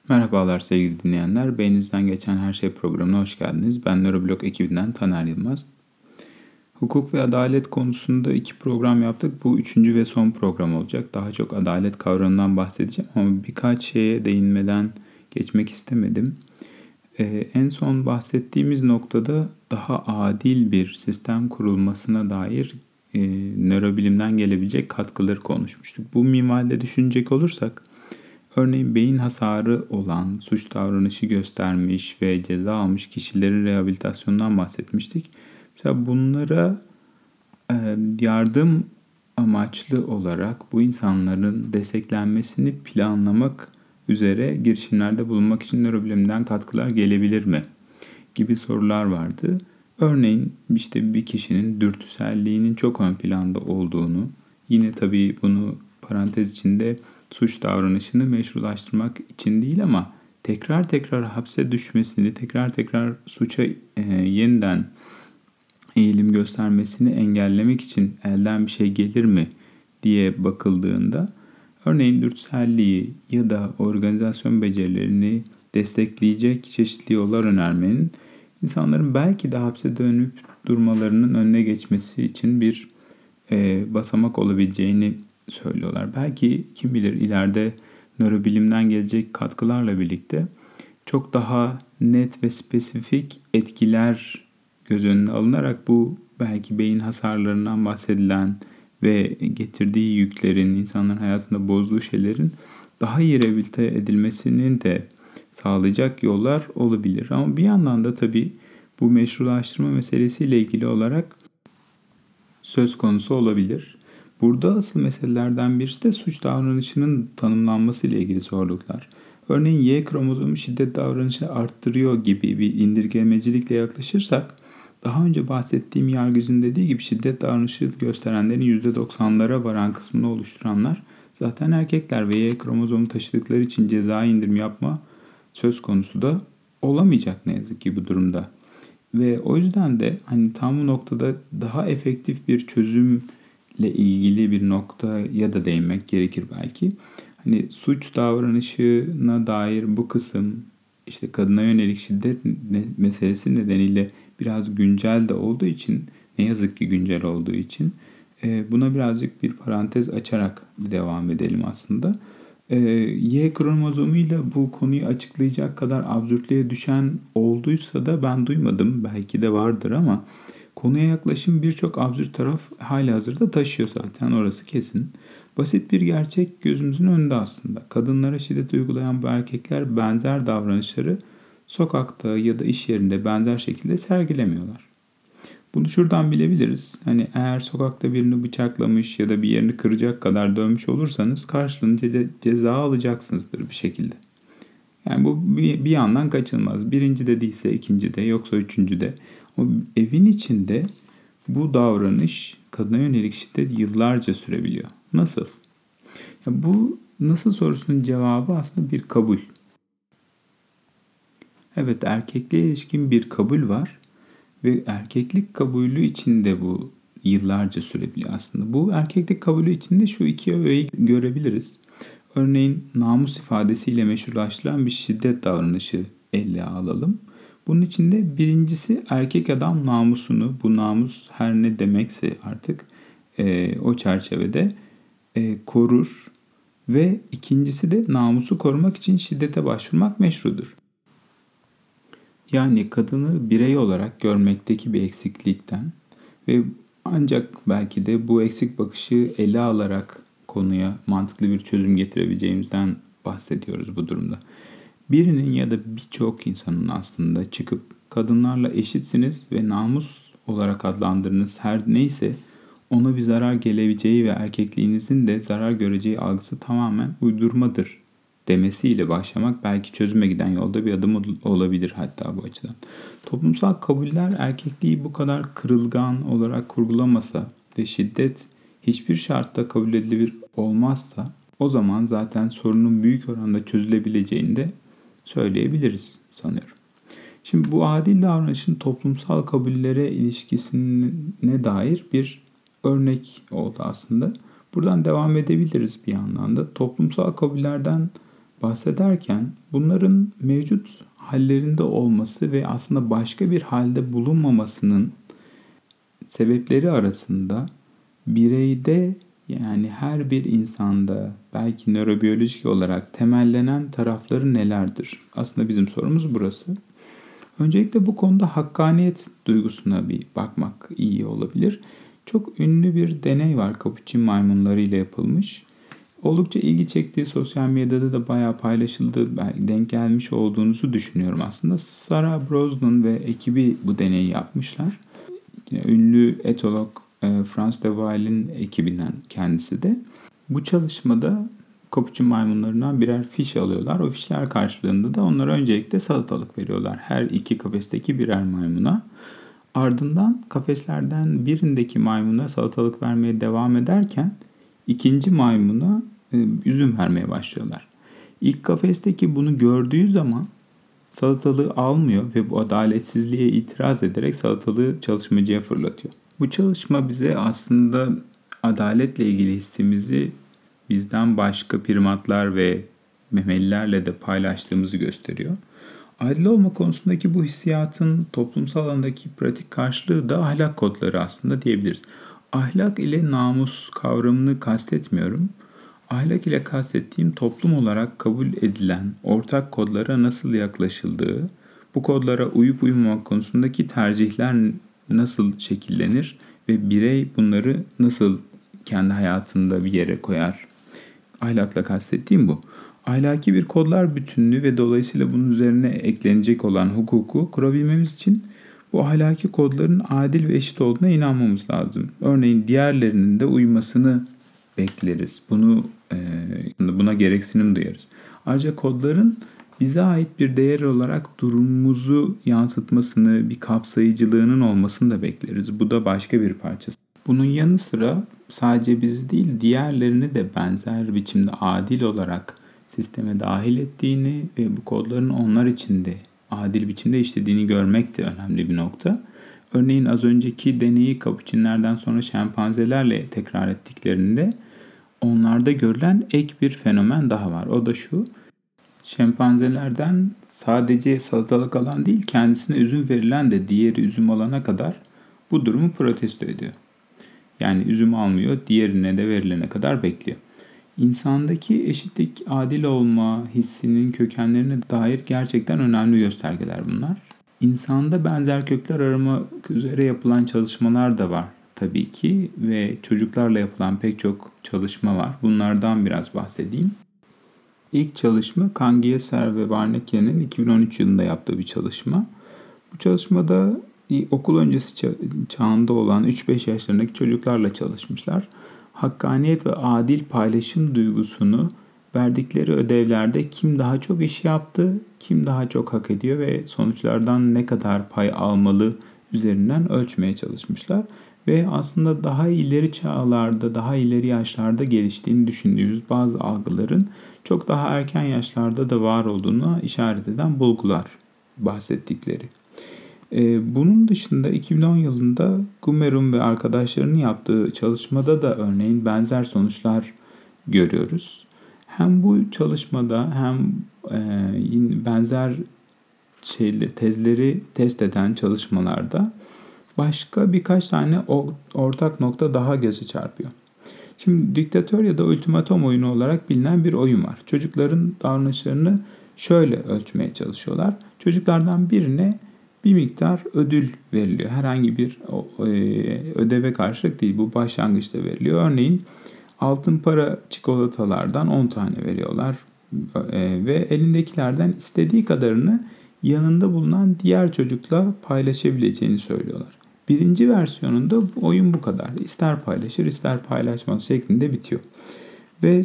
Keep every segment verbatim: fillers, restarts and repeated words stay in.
Merhabalar sevgili dinleyenler. Beyninizden geçen her şey programına hoş geldiniz. Ben Nöroblog ekibinden Taner Yılmaz. Hukuk ve adalet konusunda iki program yaptık. Bu üçüncü ve son program olacak. Daha çok adalet kavramından bahsedeceğim ama birkaç şeye değinmeden geçmek istemedim. Ee, en son bahsettiğimiz noktada daha adil bir sistem kurulmasına dair e, nörobilimden gelebilecek katkıları konuşmuştuk. Bu minvalde düşünecek olursak, örneğin beyin hasarı olan, suç davranışı göstermiş ve ceza almış kişilerin rehabilitasyonundan bahsetmiştik. Mesela bunlara e, yardım amaçlı olarak bu insanların desteklenmesini planlamak üzere girişimlerde bulunmak için nörobilimden katkılar gelebilir mi gibi sorular vardı. Örneğin işte bir kişinin dürtüselliğinin çok ön planda olduğunu, yine tabii bunu parantez içinde suç davranışını meşrulaştırmak için değil ama tekrar tekrar hapse düşmesini, tekrar tekrar suça e, yeniden eğilim göstermesini engellemek için elden bir şey gelir mi diye bakıldığında, örneğin dürtüselliği ya da organizasyon becerilerini destekleyecek çeşitli yollar önermenin insanların belki de hapse dönüp durmalarının önüne geçmesi için bir e, basamak olabileceğini söylüyorlar. Belki kim bilir ileride nörobilimden gelecek katkılarla birlikte çok daha net ve spesifik etkiler göz önüne alınarak bu belki beyin hasarlarından bahsedilen ve getirdiği yüklerin, insanların hayatında bozduğu şeylerin daha iyi rehabilite edilmesinin de sağlayacak yollar olabilir. Ama bir yandan da tabii bu meşrulaştırma meselesiyle ilgili olarak söz konusu olabilir. Burada asıl meselelerden birisi de suç davranışının tanımlanması ile ilgili zorluklar. Örneğin Y kromozomu şiddet davranışı arttırıyor gibi bir indirgemecilikle yaklaşırsak, daha önce bahsettiğim yargıcın dediği gibi şiddet davranışı gösterenlerin yüzde doksanlara varan kısmını oluşturanlar zaten erkekler ve Y kromozomu taşıdıkları için ceza indirim yapma söz konusu da olamayacak ne yazık ki bu durumda. Ve o yüzden de hani tam bu noktada daha efektif bir çözümle ilgili bir noktaya da değinmek gerekir belki. Hani suç davranışına dair bu kısım işte kadına yönelik şiddet meselesi nedeniyle biraz güncel de olduğu için, ne yazık ki güncel olduğu için buna birazcık bir parantez açarak devam edelim aslında. Y kromozomuyla bu konuyu açıklayacak kadar absürtlüğe düşen olduysa da ben duymadım. Belki de vardır ama konuya yaklaşım birçok absürt taraf halihazırda taşıyor zaten, orası kesin. Basit bir gerçek gözümüzün önünde aslında. Kadınlara şiddet uygulayan bu erkekler benzer davranışları sokakta ya da iş yerinde benzer şekilde sergilemiyorlar. Bunu şuradan bilebiliriz. Hani eğer sokakta birini bıçaklamış ya da bir yerini kıracak kadar dövmüş olursanız karşılığında ce- ceza alacaksınızdır bir şekilde. Yani bu bir, bir yandan kaçınılmaz. Birinci de değilse ikinci de, yoksa üçüncü de. O evin içinde bu davranış, kadına yönelik şiddet yıllarca sürebiliyor. Nasıl? Ya bu nasıl sorusunun cevabı aslında bir kabul. Evet, erkekliğe ilişkin bir kabul var. Ve erkeklik kabulü içinde bu yıllarca sürebiliyor aslında. Bu erkeklik kabulü içinde şu iki öğeyi görebiliriz. Örneğin namus ifadesiyle meşrulaştırılan bir şiddet davranışı ele alalım. Bunun içinde birincisi erkek adam namusunu, bu namus her ne demekse artık e, o çerçevede e, korur ve ikincisi de namusu korumak için şiddete başvurmak meşrudur. Yani kadını birey olarak görmekteki bir eksiklikten ve ancak belki de bu eksik bakışı ele alarak konuya mantıklı bir çözüm getirebileceğimizden bahsediyoruz bu durumda. Birinin ya da birçok insanın aslında çıkıp kadınlarla eşitsiniz ve namus olarak adlandırdığınız her neyse ona bir zarar gelebileceği ve erkekliğinizin de zarar göreceği algısı tamamen uydurmadır demesiyle başlamak belki çözüme giden yolda bir adım olabilir hatta bu açıdan. Toplumsal kabuller erkekliği bu kadar kırılgan olarak kurgulamasa ve şiddet hiçbir şartta kabul edilebilir olmazsa, o zaman zaten sorunun büyük oranda çözülebileceğini de söyleyebiliriz sanıyorum. Şimdi bu adil davranışın toplumsal kabullere ilişkisine dair bir örnek oldu aslında. Buradan devam edebiliriz bir yandan da. Toplumsal kabullerden bahsederken bunların mevcut hallerinde olması ve aslında başka bir halde bulunmamasının sebepleri arasında bireyde, yani her bir insanda belki nörobiyolojik olarak temellenen tarafları nelerdir? Aslında bizim sorumuz burası. Öncelikle bu konuda hakkaniyet duygusuna bir bakmak iyi olabilir. Çok ünlü bir deney var, kapuçin maymunları ile yapılmış. Oldukça ilgi çektiği, sosyal medyada da bayağı paylaşıldı, denk gelmiş olduğunuzu düşünüyorum aslında. Sarah Brosnan ve ekibi bu deneyi yapmışlar. Ünlü etolog Frans de Waal'in ekibinden kendisi de. Bu çalışmada kapuçin maymunlarından birer fiş alıyorlar. O fişler karşılığında da onlara öncelikle salatalık veriyorlar. Her iki kafesteki birer maymuna. Ardından kafeslerden birindeki maymuna salatalık vermeye devam ederken ikinci maymuna e, üzüm vermeye başlıyorlar. İlk kafesteki bunu gördüğü zaman salatalığı almıyor ve bu adaletsizliğe itiraz ederek salatalığı çalışmacıya fırlatıyor. Bu çalışma bize aslında adaletle ilgili hissimizi bizden başka primatlar ve memelilerle de paylaştığımızı gösteriyor. Adil olma konusundaki bu hissiyatın toplumsal alandaki pratik karşılığı da ahlak kodları aslında diyebiliriz. Ahlak ile namus kavramını kastetmiyorum. Ahlak ile kastettiğim toplum olarak kabul edilen ortak kodlara nasıl yaklaşıldığı, bu kodlara uyup uyumamak konusundaki tercihler nasıl şekillenir ve birey bunları nasıl kendi hayatında bir yere koyar. Ahlakla kastettiğim bu. Ahlaki bir kodlar bütünlüğü ve dolayısıyla bunun üzerine eklenecek olan hukuku kurabilmemiz için bu ahlaki kodların adil ve eşit olduğuna inanmamız lazım. Örneğin diğerlerinin de uymasını bekleriz. Bunu e, buna gereksinim duyarız. Ayrıca kodların bize ait bir değer olarak durumumuzu yansıtmasını, bir kapsayıcılığının olmasını da bekleriz. Bu da başka bir parçası. Bunun yanı sıra sadece bizi değil, diğerlerini de benzer biçimde adil olarak sisteme dahil ettiğini ve bu kodların onlar için de adil biçimde işlediğini görmek de önemli bir nokta. Örneğin az önceki deneyi kapuçinlerden sonra şempanzelerle tekrar ettiklerinde onlarda görülen ek bir fenomen daha var. O da şu: şempanzelerden sadece salatalık alan değil, kendisine üzüm verilen de diğeri üzüm alana kadar bu durumu protesto ediyor. Yani üzüm almıyor, diğerine de verilene kadar bekliyor. İnsandaki eşitlik, adil olma hissinin kökenlerine dair gerçekten önemli göstergeler bunlar. İnsanda benzer kökler aramak üzere yapılan çalışmalar da var tabii ki ve çocuklarla yapılan pek çok çalışma var. Bunlardan biraz bahsedeyim. İlk çalışma Kangieser ve Warneke'nin iki bin on üç yılında yaptığı bir çalışma. Bu çalışmada okul öncesi çağında olan üç beş yaşlarındaki çocuklarla çalışmışlar. Hakkaniyet ve adil paylaşım duygusunu verdikleri ödevlerde kim daha çok iş yaptı, kim daha çok hak ediyor ve sonuçlardan ne kadar pay almalı üzerinden ölçmeye çalışmışlar. Ve aslında daha ileri çağlarda, daha ileri yaşlarda geliştiğini düşündüğümüz bazı algıların çok daha erken yaşlarda da var olduğuna işaret eden bulgular bahsettikleri. Bunun dışında iki bin on yılında Gumerum ve arkadaşlarının yaptığı çalışmada da örneğin benzer sonuçlar görüyoruz. Hem bu çalışmada hem yine benzer şeyle tezleri test eden çalışmalarda başka birkaç tane ortak nokta daha göze çarpıyor. Şimdi diktatör ya da ultimatom oyunu olarak bilinen bir oyun var. Çocukların davranışlarını şöyle ölçmeye çalışıyorlar. Çocuklardan birine bir miktar ödül veriliyor. Herhangi bir ödeve karşılık değil. Bu başlangıçta veriliyor. Örneğin altın para çikolatalardan on tane veriyorlar. Ve elindekilerden istediği kadarını yanında bulunan diğer çocukla paylaşabileceğini söylüyorlar. Birinci versiyonunda oyun bu kadar. İster paylaşır ister paylaşmaz şeklinde bitiyor. Ve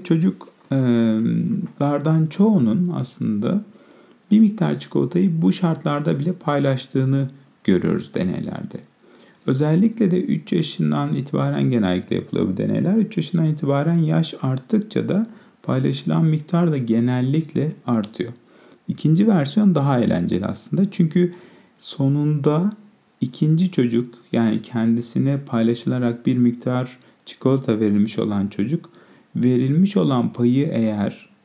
çocuklardan çoğunun aslında bir miktar çikolatayı bu şartlarda bile paylaştığını görüyoruz deneylerde. Özellikle de üç yaşından itibaren genellikle yapılıyor bu deneyler. üç yaşından itibaren yaş arttıkça da paylaşılan miktar da genellikle artıyor. İkinci versiyon daha eğlenceli aslında. Çünkü sonunda ikinci çocuk, yani kendisine paylaşılarak bir miktar çikolata verilmiş olan çocuk, verilmiş olan payı eğer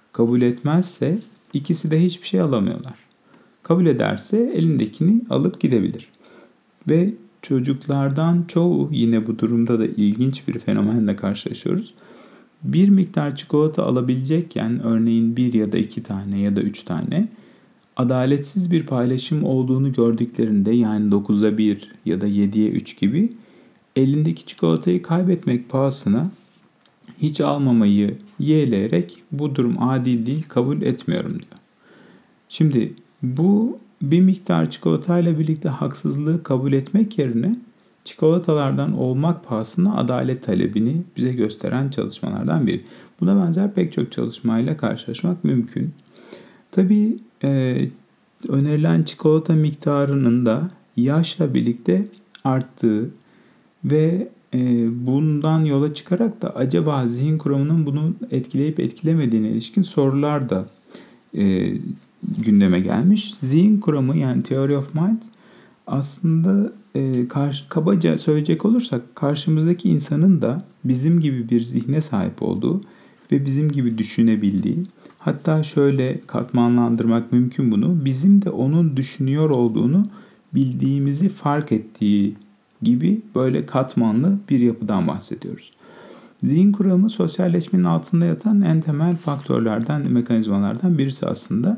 Kabul etmezse ikisi de hiçbir şey alamıyorlar. Kabul ederse elindekini alıp gidebilir. Ve çocuklardan çoğu, yine bu durumda da ilginç bir fenomenle karşılaşıyoruz. Bir miktar çikolata alabilecekken, örneğin bir ya da iki tane ya da üç tane, adaletsiz bir paylaşım olduğunu gördüklerinde, yani dokuza bir ya da yediye üç gibi, elindeki çikolatayı kaybetmek pahasına hiç almamayı yeğleyerek bu durum adil değil, kabul etmiyorum diyor. Şimdi bu bir miktar çikolatayla birlikte haksızlığı kabul etmek yerine çikolatalardan olmak pahasına adalet talebini bize gösteren çalışmalardan biri. Buna benzer pek çok çalışmayla karşılaşmak mümkün. Tabii e, önerilen çikolata miktarının da yaşla birlikte arttığı ve e, bundan yola çıkarak da acaba zihin kuramının bunu etkileyip etkilemediğine ilişkin sorular da e, gündeme gelmiş. Zihin kuramı, yani Theory of Mind, aslında e, karşı, kabaca söyleyecek olursak karşımızdaki insanın da bizim gibi bir zihne sahip olduğu ve bizim gibi düşünebildiği, hatta şöyle katmanlandırmak mümkün bunu, bizim de onun düşünüyor olduğunu bildiğimizi fark ettiği gibi böyle katmanlı bir yapıdan bahsediyoruz. Zihin kuramı sosyalleşmenin altında yatan en temel faktörlerden, mekanizmalardan birisi aslında.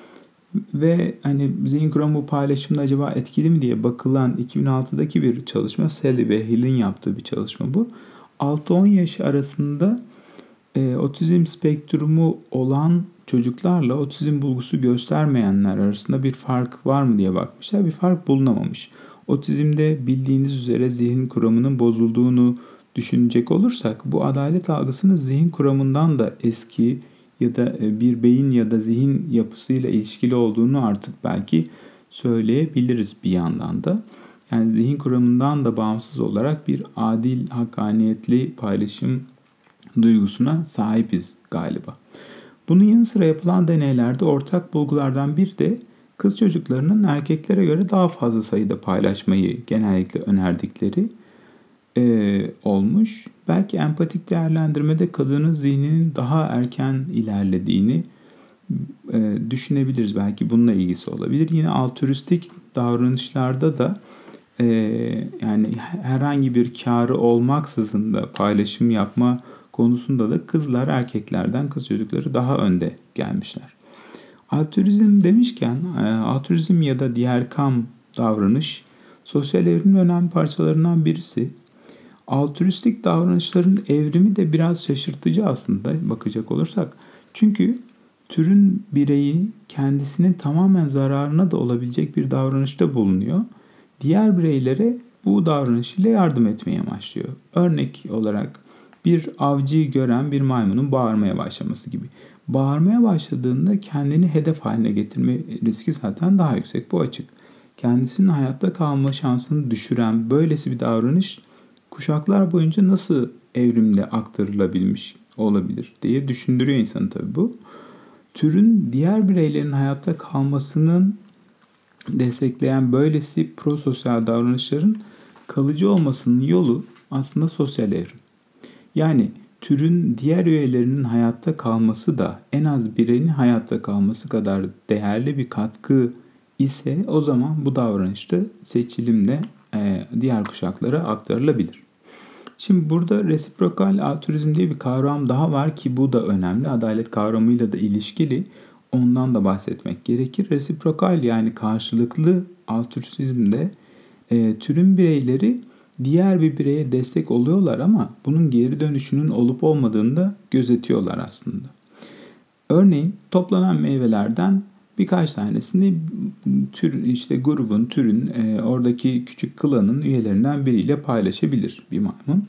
Ve hani zihin kuramı bu paylaşımda acaba etkili mi diye bakılan iki bin altıdaki bir çalışma, Sally ve Hill'in yaptığı bir çalışma bu. altı on yaş arasında e, otizm spektrumu olan çocuklarla otizm bulgusu göstermeyenler arasında bir fark var mı diye bakmışlar. Bir fark bulunamamış. Otizmde bildiğiniz üzere zihin kuramının bozulduğunu düşünecek olursak, bu adalet algısının zihin kuramından da eski ya da bir beyin ya da zihin yapısıyla ilişkili olduğunu artık belki söyleyebiliriz bir yandan da. Yani zihin kuramından da bağımsız olarak bir adil, hakkaniyetli paylaşım duygusuna sahibiz galiba. Bunun yanı sıra yapılan deneylerde ortak bulgulardan biri de kız çocuklarının erkeklere göre daha fazla sayıda paylaşmayı genellikle önerdikleri e, olmuş. Belki empatik değerlendirmede kadının zihninin daha erken ilerlediğini e, düşünebiliriz. Belki bununla ilgisi olabilir. Yine altruistik davranışlarda da e, yani herhangi bir kârı olmaksızın da paylaşım yapma konusunda da kızlar erkeklerden, kız çocukları daha önde gelmişler. Altruizm demişken, altruizm ya da diğer kam davranış sosyal evrimin önemli parçalarından birisi. Altruistik davranışların evrimi de biraz şaşırtıcı aslında bakacak olursak. Çünkü türün bireyi kendisinin tamamen zararına da olabilecek bir davranışta bulunuyor. Diğer bireylere bu davranışıyla yardım etmeye başlıyor. Örnek olarak bir avcıyı gören bir maymunun bağırmaya başlaması gibi. Bağırmaya başladığında kendini hedef haline getirme riski zaten daha yüksek. Bu açık. Kendisinin hayatta kalma şansını düşüren böylesi bir davranış kuşaklar boyunca nasıl evrimle aktarılabilmiş olabilir diye düşündürüyor insanı tabii bu. Türün diğer bireylerin hayatta kalmasının destekleyen böylesi prososyal davranışların kalıcı olmasının yolu aslında sosyal evrim. Yani türün diğer üyelerinin hayatta kalması da en az bireyin hayatta kalması kadar değerli bir katkı ise o zaman bu davranışta seçilimle e, diğer kuşaklara aktarılabilir. Şimdi burada resiprokal altruizm diye bir kavram daha var ki bu da önemli. Adalet kavramıyla da ilişkili. Ondan da bahsetmek gerekir. Resiprokal, yani karşılıklı altruizmde e, türün bireyleri diğer bir bireye destek oluyorlar ama bunun geri dönüşünün olup olmadığını da gözetiyorlar aslında. Örneğin toplanan meyvelerden birkaç tanesini tür işte grubun, türün, e, oradaki küçük klanın üyelerinden biriyle paylaşabilir bir maymun.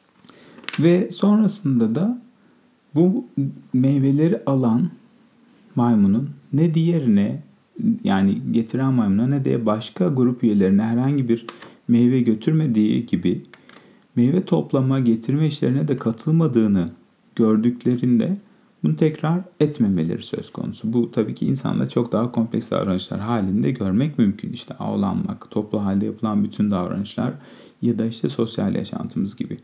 Ve sonrasında da bu meyveleri alan maymunun ne diğerine, yani getiren maymuna ne de başka grup üyelerine herhangi bir meyve götürmediği gibi meyve toplama, getirme işlerine de katılmadığını gördüklerinde bunu tekrar etmemeleri söz konusu. Bu tabii ki insanla çok daha kompleks davranışlar halinde görmek mümkün. İşte avlanmak, toplu halde yapılan bütün davranışlar ya da işte sosyal yaşantımız gibi.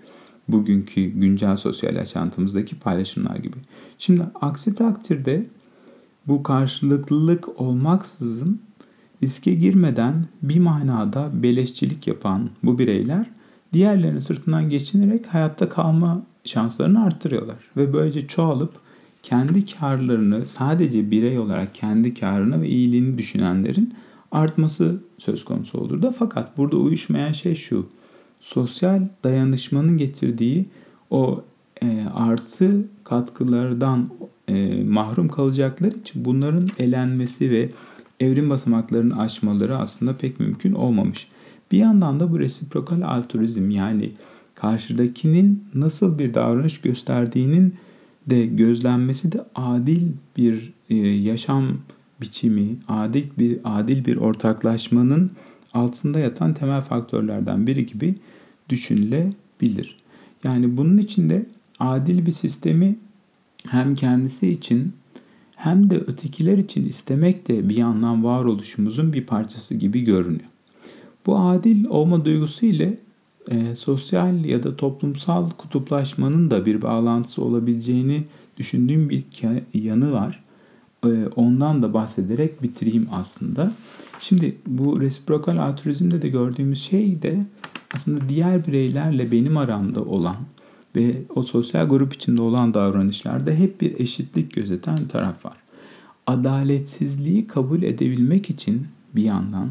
bugünkü güncel sosyal yaşantımızdaki paylaşımlar gibi. Şimdi aksi takdirde bu karşılıklılık olmaksızın riske girmeden bir manada beleşçilik yapan bu bireyler diğerlerinin sırtından geçinerek hayatta kalma şanslarını arttırıyorlar. Ve böylece çoğalıp kendi karlarını sadece birey olarak kendi karını ve iyiliğini düşünenlerin artması söz konusu olur da, fakat burada uyuşmayan şey şu: sosyal dayanışmanın getirdiği o e, artı katkılardan e, mahrum kalacaklar için bunların elenmesi ve evrim basamaklarını aşmaları aslında pek mümkün olmamış. Bir yandan da bu resiprokal altruizm, yani karşıdakinin nasıl bir davranış gösterdiğinin de gözlenmesi de adil bir e, yaşam biçimi, adil bir adil bir ortaklaşmanın altında yatan temel faktörlerden biri gibi düşünülebilir. Yani bunun için de adil bir sistemi hem kendisi için hem de ötekiler için istemek de bir yandan varoluşumuzun bir parçası gibi görünüyor. Bu adil olma duygusu ile e, sosyal ya da toplumsal kutuplaşmanın da bir bağlantısı olabileceğini düşündüğüm bir yanı var. E, ondan da bahsederek bitireyim aslında. Şimdi bu resiprokal altruizmde de gördüğümüz şey de aslında diğer bireylerle benim aramda olan ve o sosyal grup içinde olan davranışlarda hep bir eşitlik gözeten taraf var. Adaletsizliği kabul edebilmek için bir yandan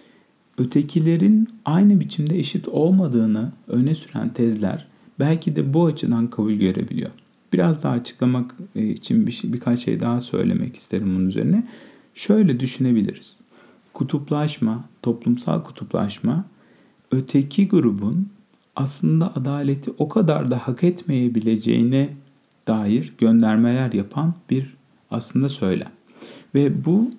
ötekilerin aynı biçimde eşit olmadığını öne süren tezler belki de bu açıdan kabul görebiliyor. Biraz daha açıklamak için bir şey, birkaç şey daha söylemek isterim bunun üzerine. Şöyle düşünebiliriz. Kutuplaşma, toplumsal kutuplaşma, öteki grubun aslında adaleti o kadar da hak etmeyebileceğine dair göndermeler yapan bir aslında söylem. Ve bu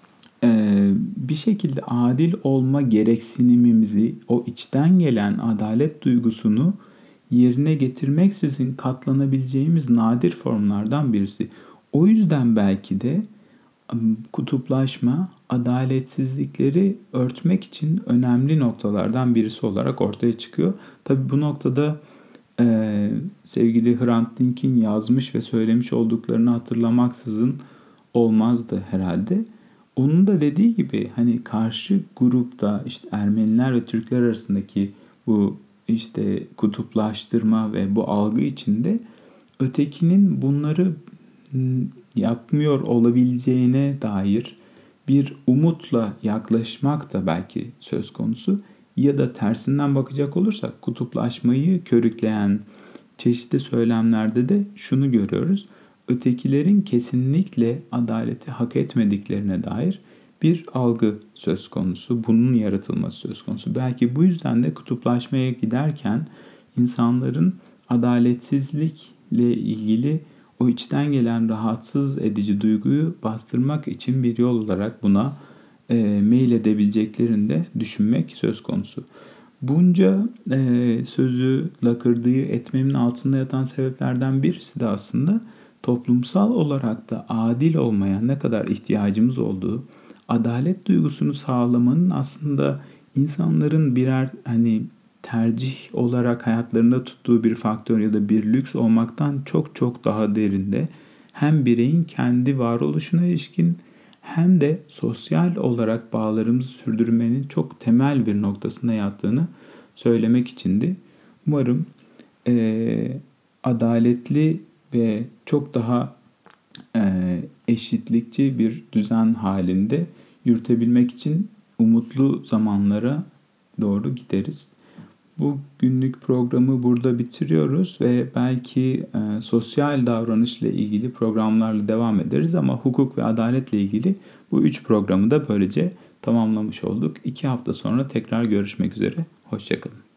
e, bir şekilde adil olma gereksinimimizi, o içten gelen adalet duygusunu yerine getirmeksizin katlanabileceğimiz nadir formlardan birisi. O yüzden belki de kutuplaşma, adaletsizlikleri örtmek için önemli noktalardan birisi olarak ortaya çıkıyor. Tabii bu noktada e, sevgili Hrant Dink'in yazmış ve söylemiş olduklarını hatırlamaksızın olmazdı herhalde. Onun da dediği gibi hani karşı grupta işte Ermeniler ve Türkler arasındaki bu işte kutuplaştırma ve bu algı içinde ötekinin bunları yapmıyor olabileceğine dair bir umutla yaklaşmak da belki söz konusu. Ya da tersinden bakacak olursak kutuplaşmayı körükleyen çeşitli söylemlerde de şunu görüyoruz: ötekilerin kesinlikle adaleti hak etmediklerine dair bir algı söz konusu. Bunun yaratılması söz konusu. Belki bu yüzden de kutuplaşmaya giderken insanların adaletsizlikle ilgili o içten gelen rahatsız edici duyguyu bastırmak için bir yol olarak buna e, meyledebileceklerini de düşünmek söz konusu. Bunca e, sözü lakırdığı etmemin altında yatan sebeplerden birisi de aslında toplumsal olarak da adil olmaya ne kadar ihtiyacımız olduğu, adalet duygusunu sağlamanın aslında insanların birer hani tercih olarak hayatlarında tuttuğu bir faktör ya da bir lüks olmaktan çok çok daha derinde, hem bireyin kendi varoluşuna ilişkin hem de sosyal olarak bağlarımızı sürdürmenin çok temel bir noktasında yattığını söylemek içindi. Umarım e, adaletli ve çok daha e, eşitlikçi bir düzen halinde yürütebilmek için umutlu zamanlara doğru gideriz. Bu günlük programı burada bitiriyoruz ve belki e, sosyal davranışla ilgili programlarla devam ederiz ama hukuk ve adaletle ilgili bu üç programı da böylece tamamlamış olduk. İki hafta sonra tekrar görüşmek üzere. Hoşça kalın.